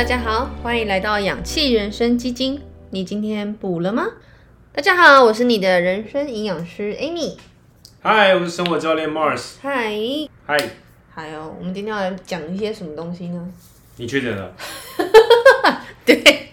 大家好，欢迎来到氧气人生基金。你今天补了吗？大家好，我是你的人生营养师 Amy。 嗨，我是生活教练 Mars。 嗨， 嗨， 还有我们今天要来讲一些什么东西呢？ 你确诊了？ 对，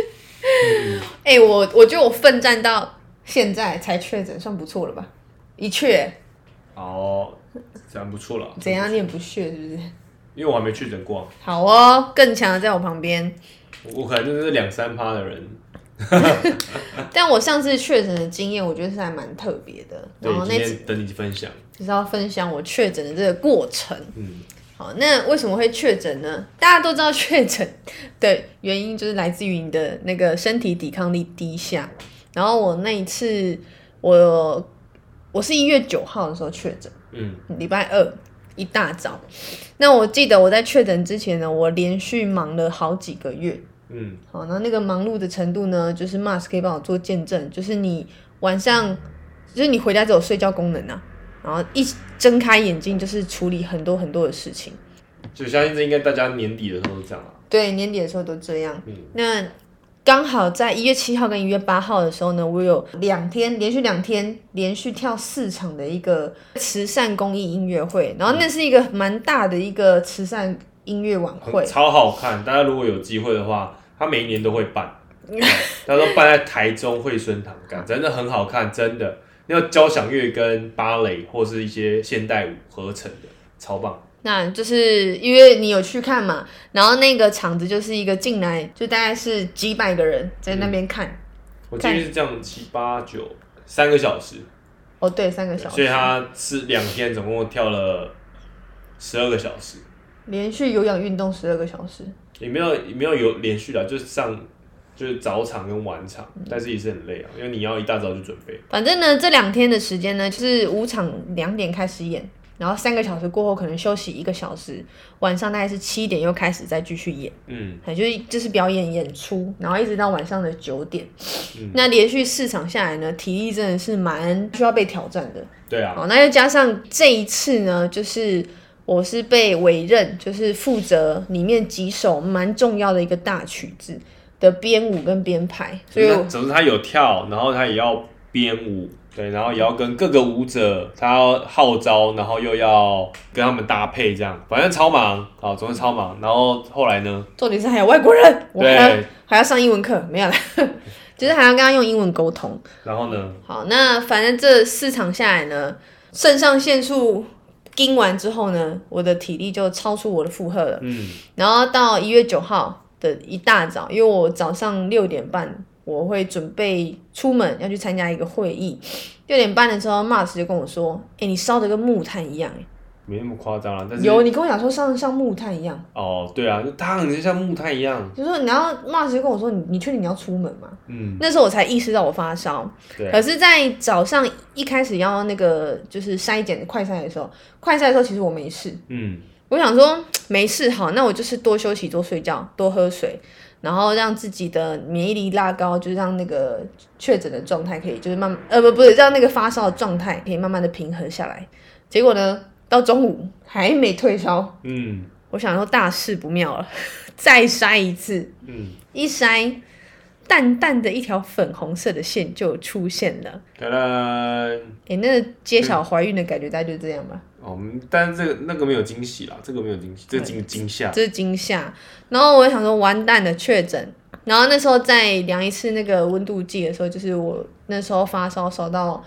我觉得我奋战到现在才确诊，算不错了吧？一确， 哦，这样不错了。 怎样？你也不屑是不是？ 因为我还没确诊过。 好哦，更强的在我旁边。 我可能就是2-3%的人。 但我上次确诊的经验，我觉得是还蛮特别的。 对， 然后今天等你分享。 就是要分享我确诊的这个过程。好，那为什么会确诊呢？大家都知道确诊的原因就是来自于你的那个身体抵抗力低下。然后我那一次，我是1月9号的时候确诊，礼拜二一大早。那我记得我在确诊之前呢，我连续忙了好几个月。好，然后那个忙碌的程度呢，就是 Mars 可以帮我做见证，就是你晚上，就是你回家只有睡觉功能啊，然后一睁开眼睛就是处理很多很多的事情。 就相信这应该大家年底的时候都这样啊。 对，年底的时候都这样。那刚好在1月7号跟1月8号的时候呢，我有连续2天连续跳4场的一个慈善公益音乐会，然后那是一个蛮大的一个慈善音乐晚会， 超好看。大家如果有机会的话，他每一年都会办，他都办在台中惠孙堂干，真的很好看，真的。那交响乐跟芭蕾或是一些现代舞合成的，超棒。 那就是因为你有去看嘛，然后那个场子就是一个进来就大概是几百个人在那边看。 我记得是这样7、8、9 3个小时。 哦，对，3个小时。 所以他是2天，总共跳了12个小时。 连续有氧运动12个小时。 也没有连续的，就是早场跟晚场，但是也是很累啊，因为你要一大早就准备。 反正呢，这2天的时间呢，就是5场2点开始演，然后3个小时过后可能休息1个小时，晚上大概是7点又开始再继续演。就是表演演出，然后一直到晚上的9点。那连续4场下来呢，体力真的是蛮需要被挑战的。 对啊。 好，那又加上这一次呢，就是我是被委任，就是负责里面几首蛮重要的一个大曲子的编舞跟编排，所以总之他有跳，然后他也要编舞，对，然后也要跟各个舞者他要号召，然后又要跟他们搭配，这样，反正超忙，好，总之超忙。然后后来呢？ 重点是还有外国人，我对， 还要上英文课，没有啦，就是还要跟他用英文沟通。 然后呢？ 好，那反正这4场下来呢，肾上腺素盯完之后呢，我的体力就超出我的负荷了。然后到1月9号的一大早，因为我早上6点半我会准备出门要去参加一个会议，6点半的时候 Mars 就跟我说：“你烧得跟木炭一样。” 没那么夸张啦，但是有你跟我讲说像木炭一样。 哦，对啊，它很像木炭一样。 就说然后 Mars 就跟我说：“你确定你要出门吗？”那时候我才意识到我发烧。可是，在早上一开始要那个就是快筛的时候，其实我没事。我想说没事，好，那我就是多休息、多睡觉、多喝水，然后让自己的免疫力拉高，就是让那个确诊的状态可以就是让那个发烧的状态可以慢慢的平和下来。结果呢，到中午还没退烧。我想说大事不妙了，再筛一次。一筛，淡淡的一条粉红色的线就出现了。 哒啦！ 那个揭晓怀孕的感觉大概就是这样吧。 但是那个没有惊喜啦，这个没有惊喜，这是惊吓。 这是惊吓。然后我就想说，完蛋了，确诊。然后那时候再量一次那个温度计的时候，就是我那时候发烧烧到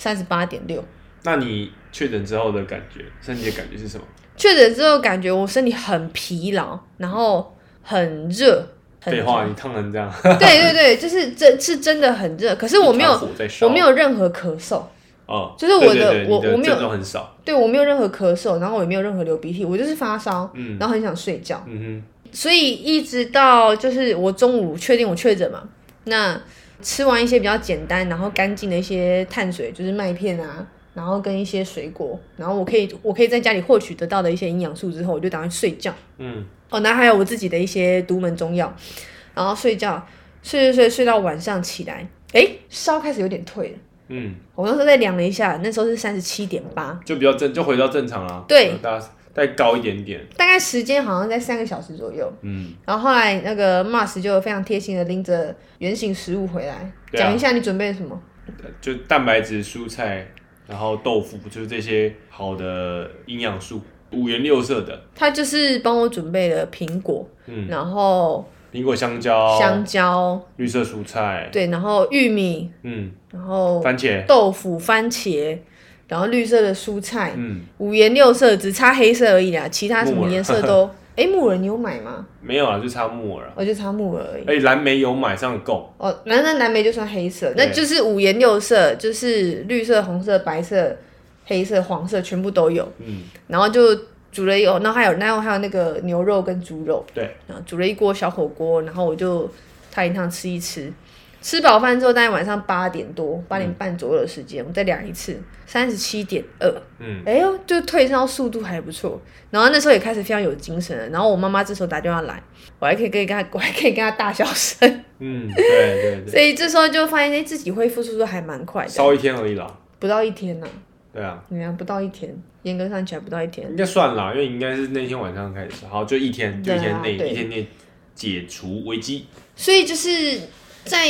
38.6。 那你确诊之后的感觉，身体的感觉是什么？ 确诊之后感觉我身体很疲劳，然后很热。 废话，你烫成这样。 对，就是是真的很热，可是我没有任何咳嗽。就是我没有很少。 对，我没有任何咳嗽，然后我也没有任何流鼻涕，我就是发烧，然后很想睡觉。所以一直到就是我中午确定我确诊嘛，那吃完一些比较简单然后干净的一些碳水，就是麦片啊，然后跟一些水果，然后我可以在家里获取得到的一些营养素之后，我就打算睡觉。那还有我自己的一些独门中药，然后睡觉，睡到晚上起来，烧开始有点退了。我那时候再量了一下，那时候是37.8， 就回到正常啦。 对， 再高一点点， 大概时间好像在3个小时左右。然后后来那个 Mars 就非常贴心的拎着原型食物回来，讲一下你准备了什么？ 就蛋白质、蔬菜，然后豆腐，就是这些好的营养素，5颜6色的。 他就是帮我准备了苹果，然后苹果、香蕉、绿色蔬菜， 对，然后玉米，然后番茄、 豆腐、番茄。然后绿色的蔬菜，5颜6色，只差黑色而已啦，其他什么颜色都。木耳你有买吗？ 没有啊，就差木耳。 就差木耳而已。 蓝莓有买，这样够。 那蓝莓就算黑色，那就是5颜6色，就是绿色、红色、白色、黑色、黄色全部都有。然后就煮了然后还有那个牛肉跟猪肉。 对。 然后煮了一锅小火锅，然后我就烫一烫吃一吃。吃饱饭之后，大概晚上8点多、8点半左右的时间，我再量一次，37.2。就退烧速度还不错。然后那时候也开始非常有精神了。然后我妈妈这时候打电话来，我还可以跟她大小声。 对。 所以这时候就发现，自己恢复速度还蛮快的。 烧1天而已啦。 不到1天呐。 对啊。 不到1天，严格上起来不到1天。 应该算啦，因为应该是那天晚上开始，好，就1天，就1天内解除危机。 所以就是在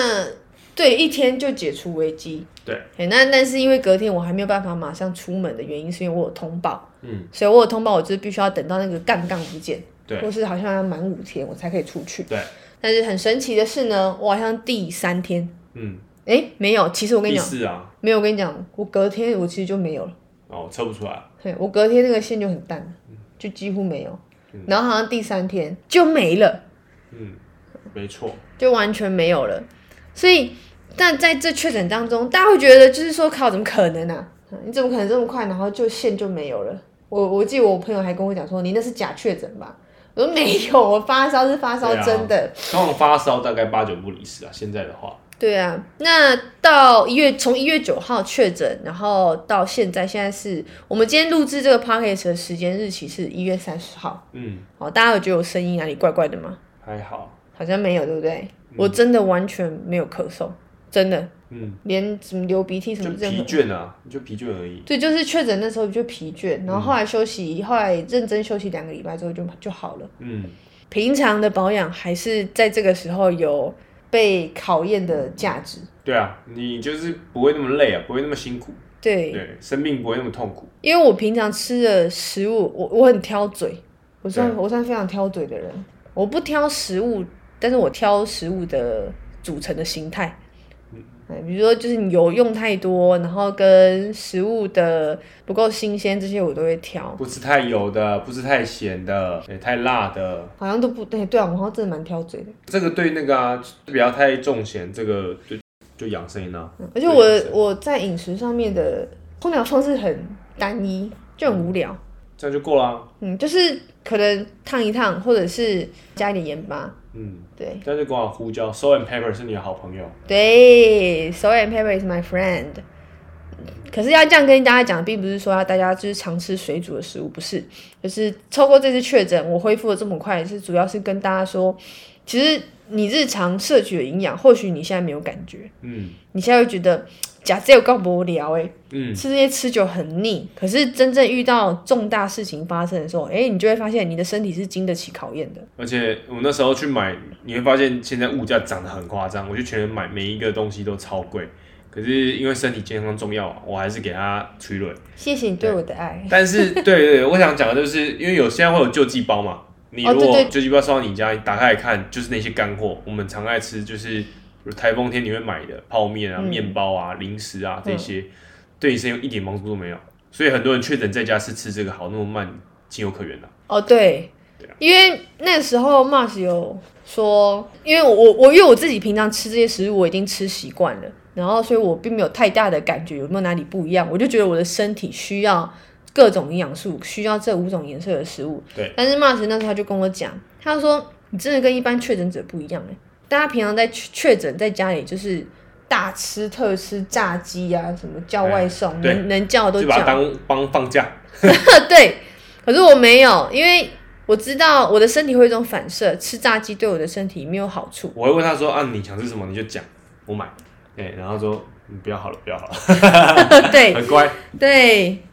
1天就解除危机。 对。 但是因为隔天我还没有办法马上出门的原因，是因为我有通报。所以我有通报，我就是必须要等到那个杠不见， 对， 或是好像要满5天我才可以出去。 对。 但是很神奇的是呢，我好像第3天，没有，其实我跟你讲， 第4啊， 没有，我跟你讲，我隔天我其实就没有了。 测不出来。 对，我隔天那个线就很淡，就几乎没有。然后好像第3天就没了。 没错， 就完全没有了。所以，但在这确诊当中，大家会觉得就是说，靠，怎么可能啊？你怎么可能这么快，然后就线就没有了？我记得我朋友还跟我讲说，你那是假确诊吧？我说没有，我发烧是发烧真的。 通常发烧大概8、9不离10啊，现在的话。 对啊，那到从1月9号确诊，然后到现在是我们今天录制这个 podcast 的时间日期是1月30号。大家有觉得我声音哪里怪怪的吗？ 还好。 好像没有，对不对？我真的完全没有咳嗽，真的，连什么流鼻涕什么就疲倦啊，就疲倦而已。 对，就是确诊那时候就疲倦，然后后来后来认真休息2个礼拜之后就好了。平常的保养还是在这个时候有被考验的价值。 对啊，你就是不会那么累啊，不会那么辛苦。 对， 生病不会那么痛苦。 因为我平常吃的食物，我很挑嘴，我算非常挑嘴的人，我不挑食物。但是我挑食物的组成的形态，比如说就是你油用太多，然后跟食物的不够新鲜，这些我都会挑。 不吃太油的，不吃太咸的，太辣的， 好像都不对。对啊，我好像真的蛮挑嘴的。 这个对那个不要太重咸，这个就养生啊。 而且我在饮食上面的烹调方式很单一，就很无聊。 这样就够啦。 就是可能烫一烫，或者是加一点盐巴。对。 但是跟我胡椒 ，salt and pepper 是你的好朋友。 对 ，salt and pepper is my friend。可是要这样跟大家讲，并不是说要大家就是常吃水煮的食物，不是，就是透过这次确诊，我恢复的这么快，是主要是跟大家说，其实你日常摄取的营养，或许你现在没有感觉，你现在会觉得假这有够无聊吃这些吃久很腻，可是真正遇到重大事情发生的时候，你就会发现你的身体是经得起考验的。 而且我那时候去买，你会发现现在物价涨得很夸张，我去全联买每一个东西都超贵。可是因为身体健康重要我还是给他催泪。 谢谢你对我的爱。 但是对，我想讲的就是因为现在会有救济包嘛，你如果救济包送到你家，你打开来看就是那些干货，我们常爱吃，就是台风天你会买的泡面啊、面包啊、零食啊这些，对你身体一点帮助都没有。所以很多人确诊在家是吃这个好那么慢，情有可原啦。 对，因为那时候 Mars 有说，因为我自己平常吃这些食物我已经吃习惯了。然后，所以我并没有太大的感觉有没有哪里不一样，我就觉得我的身体需要各种营养素，需要这5种颜色的食物。 对。 但是 Mars 那时候他就跟我讲，他说你真的跟一般确诊者不一样大家平常在确诊在家里就是大吃特吃炸鸡啊，什么叫外送，能叫的都叫， 就把它当放假。 对。可是我没有，因为我知道我的身体会有一种反射，吃炸鸡对我的身体没有好处。 我会问他说你想吃什么你就讲，我买。然后说不要好了，不要好了。 对， 很乖。 对，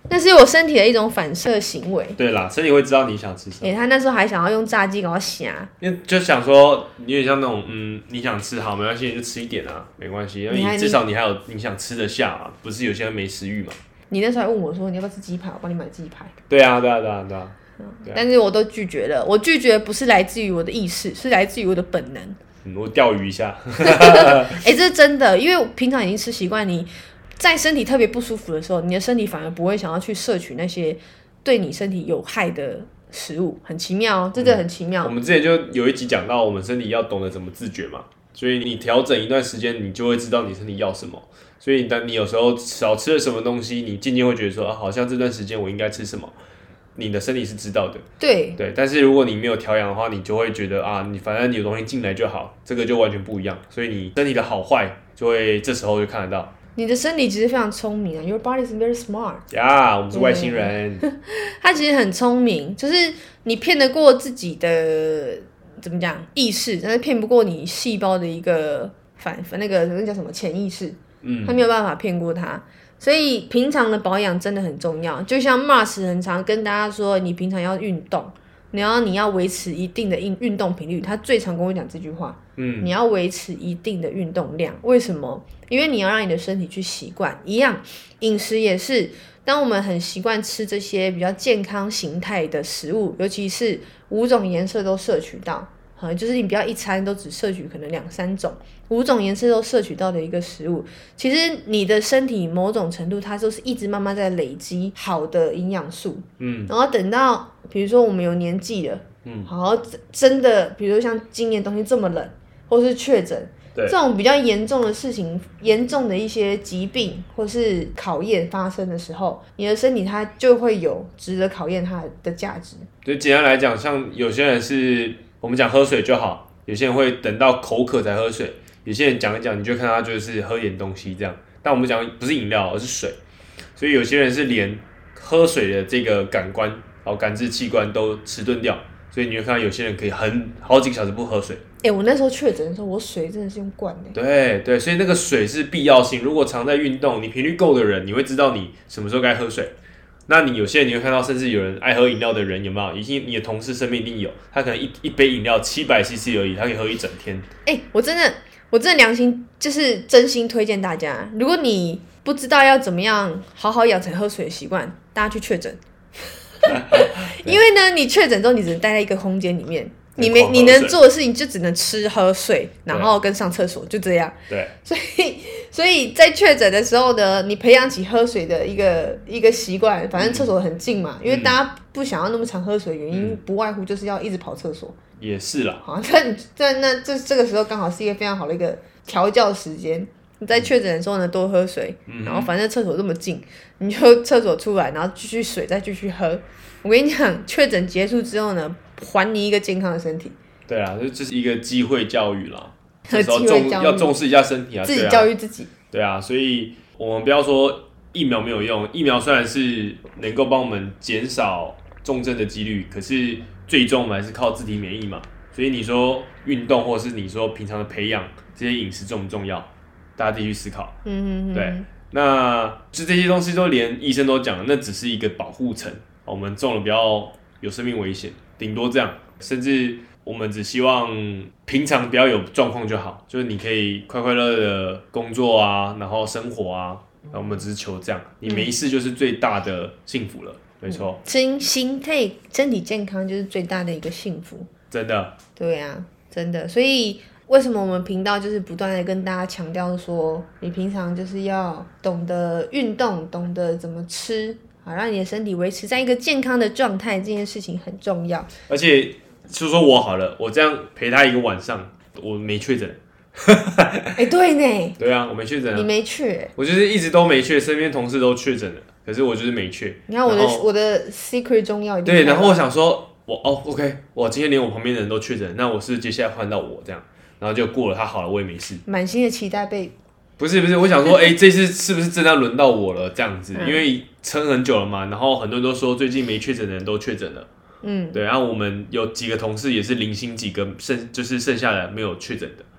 那是我身体的一种反射行为。 对啦，身体会知道你想吃什么。 他那时候还想要用炸鸡给我虾， 因为就想说，有点像那种，你想吃好没关系，你就吃一点啊，没关系，因为至少你还有你想吃得下嘛，不是有些人没食欲嘛。 你那时候还问我说你要不要吃鸡排，我帮你买鸡排。 对啊。 但是我都拒绝了，我拒绝不是来自于我的意识，是来自于我的本能。 我钓鱼一下。 这是真的，因为我平常已经吃习惯，你在身体特别不舒服的时候，你的身体反而不会想要去摄取那些对你身体有害的食物，很奇妙哦，真的很奇妙。 我们之前就有一集讲到，我们身体要懂得怎么自觉嘛，所以你调整一段时间，你就会知道你身体要什么。所以当你有时候少吃了什么东西，你渐渐会觉得说，好像这段时间我应该吃什么。你的身体是知道的，对，但是如果你没有调养的话，你就会觉得你反正有东西进来就好，这个就完全不一样，所以你身体的好坏就会这时候就看得到。 你的身体其实非常聪明啊 ，Your body is very smart。 我们是外星人。 它其实很聪明，就是你骗得过自己的怎么讲意识，但是骗不过你细胞的一个那个叫什么潜意识，它没有办法骗过它。所以平常的保养真的很重要，就像 Mars 很常跟大家说，你平常要运动，你要维持一定的运动频率，他最常跟我讲这句话，你要维持一定的运动量。为什么？因为你要让你的身体去习惯。一样，饮食也是，当我们很习惯吃这些比较健康形态的食物，尤其是5种颜色都摄取到，就是你不要一餐都只摄取可能2-3种，5种颜色都摄取到的一个食物，其实你的身体某种程度它都是一直慢慢在累积好的营养素，然后等到比如说我们有年纪了，好真的比如说像今年冬天这么冷，或是确诊这种比较严重的事情，严重的一些疾病或是考验发生的时候，你的身体它就会有值得考验它的价值。 就简单来讲，像有些人是我们讲喝水就好，有些人会等到口渴才喝水，有些人讲一讲你就看他就是喝点东西这样，但我们讲不是饮料而是水，所以有些人是连喝水的这个感官感知器官都迟钝掉，所以你会看到有些人可以好几个小时不喝水。 我那时候确诊的时候，我水真的是用灌的。 对，所以那个水是必要性。如果常在运动，你频率够的人，你会知道你什么时候该喝水。那你有些人你会看到，甚至有人爱喝饮料的人，有没有？你的同事身边一定有，他可能一杯饮料700cc 而已，他可以喝一整天。 我真的良心就是真心推荐大家，如果你不知道要怎么样好好养成喝水的习惯，大家去确诊。因为呢，你确诊之后，你只能待在一个空间里面。你能做的事情就只能吃喝睡，然后跟上厕所，就这样。 对。 所以在确诊的时候呢，你培养起喝水的一个习惯，反正厕所很近嘛，因为大家不想要那么常喝水的原因，不外乎就是要一直跑厕所。 也是啦。 好，那这个时候刚好是一个非常好的一个调教时间。你在确诊的时候呢，多喝水，然后反正厕所这么近，你就厕所出来，然后继续水，再继续喝。我跟你讲，确诊结束之后呢，还你一个健康的身体。 对啊，这是一个机会教育啦，这时候要重视一下身体啊， 自己教育自己。 对啊，所以我们不要说疫苗没有用，疫苗虽然是能够帮我们减少重症的几率，可是最终我们还是靠自体免疫嘛。所以你说运动，或是你说平常的培养，这些饮食重不重要？大家自己去思考。对，那就这些东西都连医生都讲了，那只是一个保护层。我们中了不要有生命危险，顶多这样，甚至我们只希望平常不要有状况就好，就是你可以快快乐乐的工作啊，然后生活啊，然后我们只是求这样，你没事就是最大的幸福了，没错。 心态身体健康就是最大的一个幸福， 真的。对啊，真的，所以为什么我们频道就是不断的跟大家强调说，你平常就是要懂得运动，懂得怎么吃。好，让你的身体维持在一个健康的状态，这件事情很重要。 而且就说我好了，我这样陪他一个晚上，我没确诊。 对呢。 对啊，我没确诊。 你没确？ 我就是一直都没确，身边同事都确诊了，可是我就是没确。 你看我的 secret 中药。 对，然后我想说，OK， 我今天连我旁边的人都确诊，那我是接下来换到我这样，然后就过了，他好了，我也没事。 满心的期待被。 不是，我想说，这次是不是真的要轮到我了？这样子，因为撑很久了嘛，然后很多人都说最近没确诊的人都确诊了，对，然后我们有几个同事也是零星几个，就是剩下的没有确诊的，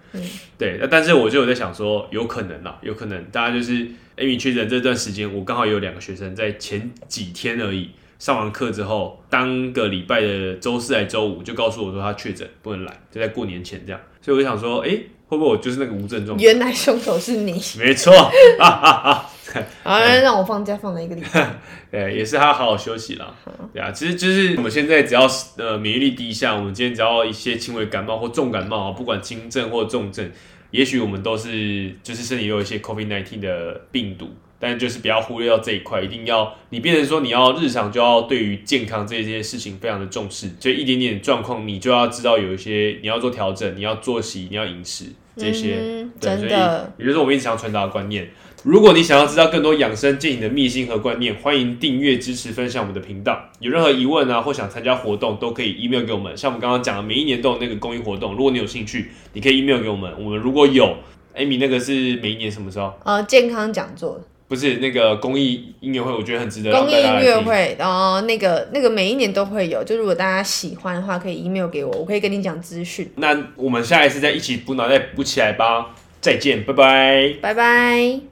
对，但是我就有在想说，有可能啦，有可能大家就是 Amy 确诊这段时间，我刚好也有2个学生在前几天而已上完课之后，当个礼拜的周4还周5就告诉我说他确诊不能来，就在过年前这样，所以我就想说，会不会我就是那个无症状？ 原来凶手是你， 没错好，让我放假放了1个礼拜， 对，也是他好好休息啦。对啊，其实就是我们现在只要免疫力低下，我们今天只要一些轻微感冒或重感冒，不管轻症或重症，也许我们都是就是身体有一些 COVID-19 的病毒。但就是不要忽略到这一块，一定要你变成说你要日常就要对于健康这些事情非常的重视，就一点点状况你就要知道有一些你要做调整，你要作息，你要饮食这些，对，所以也就是我们一直想要传达的观念。如果你想要知道更多养生健饮的秘辛和观念，欢迎订阅、支持、分享我们的频道。有任何疑问啊，或想参加活动，都可以 email 给我们。像我们刚刚讲的，每一年都有那个公益活动，如果你有興趣，你可以 email 给我们。我们如果有 ，Amy 那个是每一年什么时候？ 健康讲座。 不是那个公益音乐会，我觉得很值得公益音乐会，然后那个每一年都会有，就如果大家喜欢的话，可以 email 给我，我可以跟你讲资讯。 那我们下一次再一起补脑袋补起来吧，再见，拜拜， 拜拜。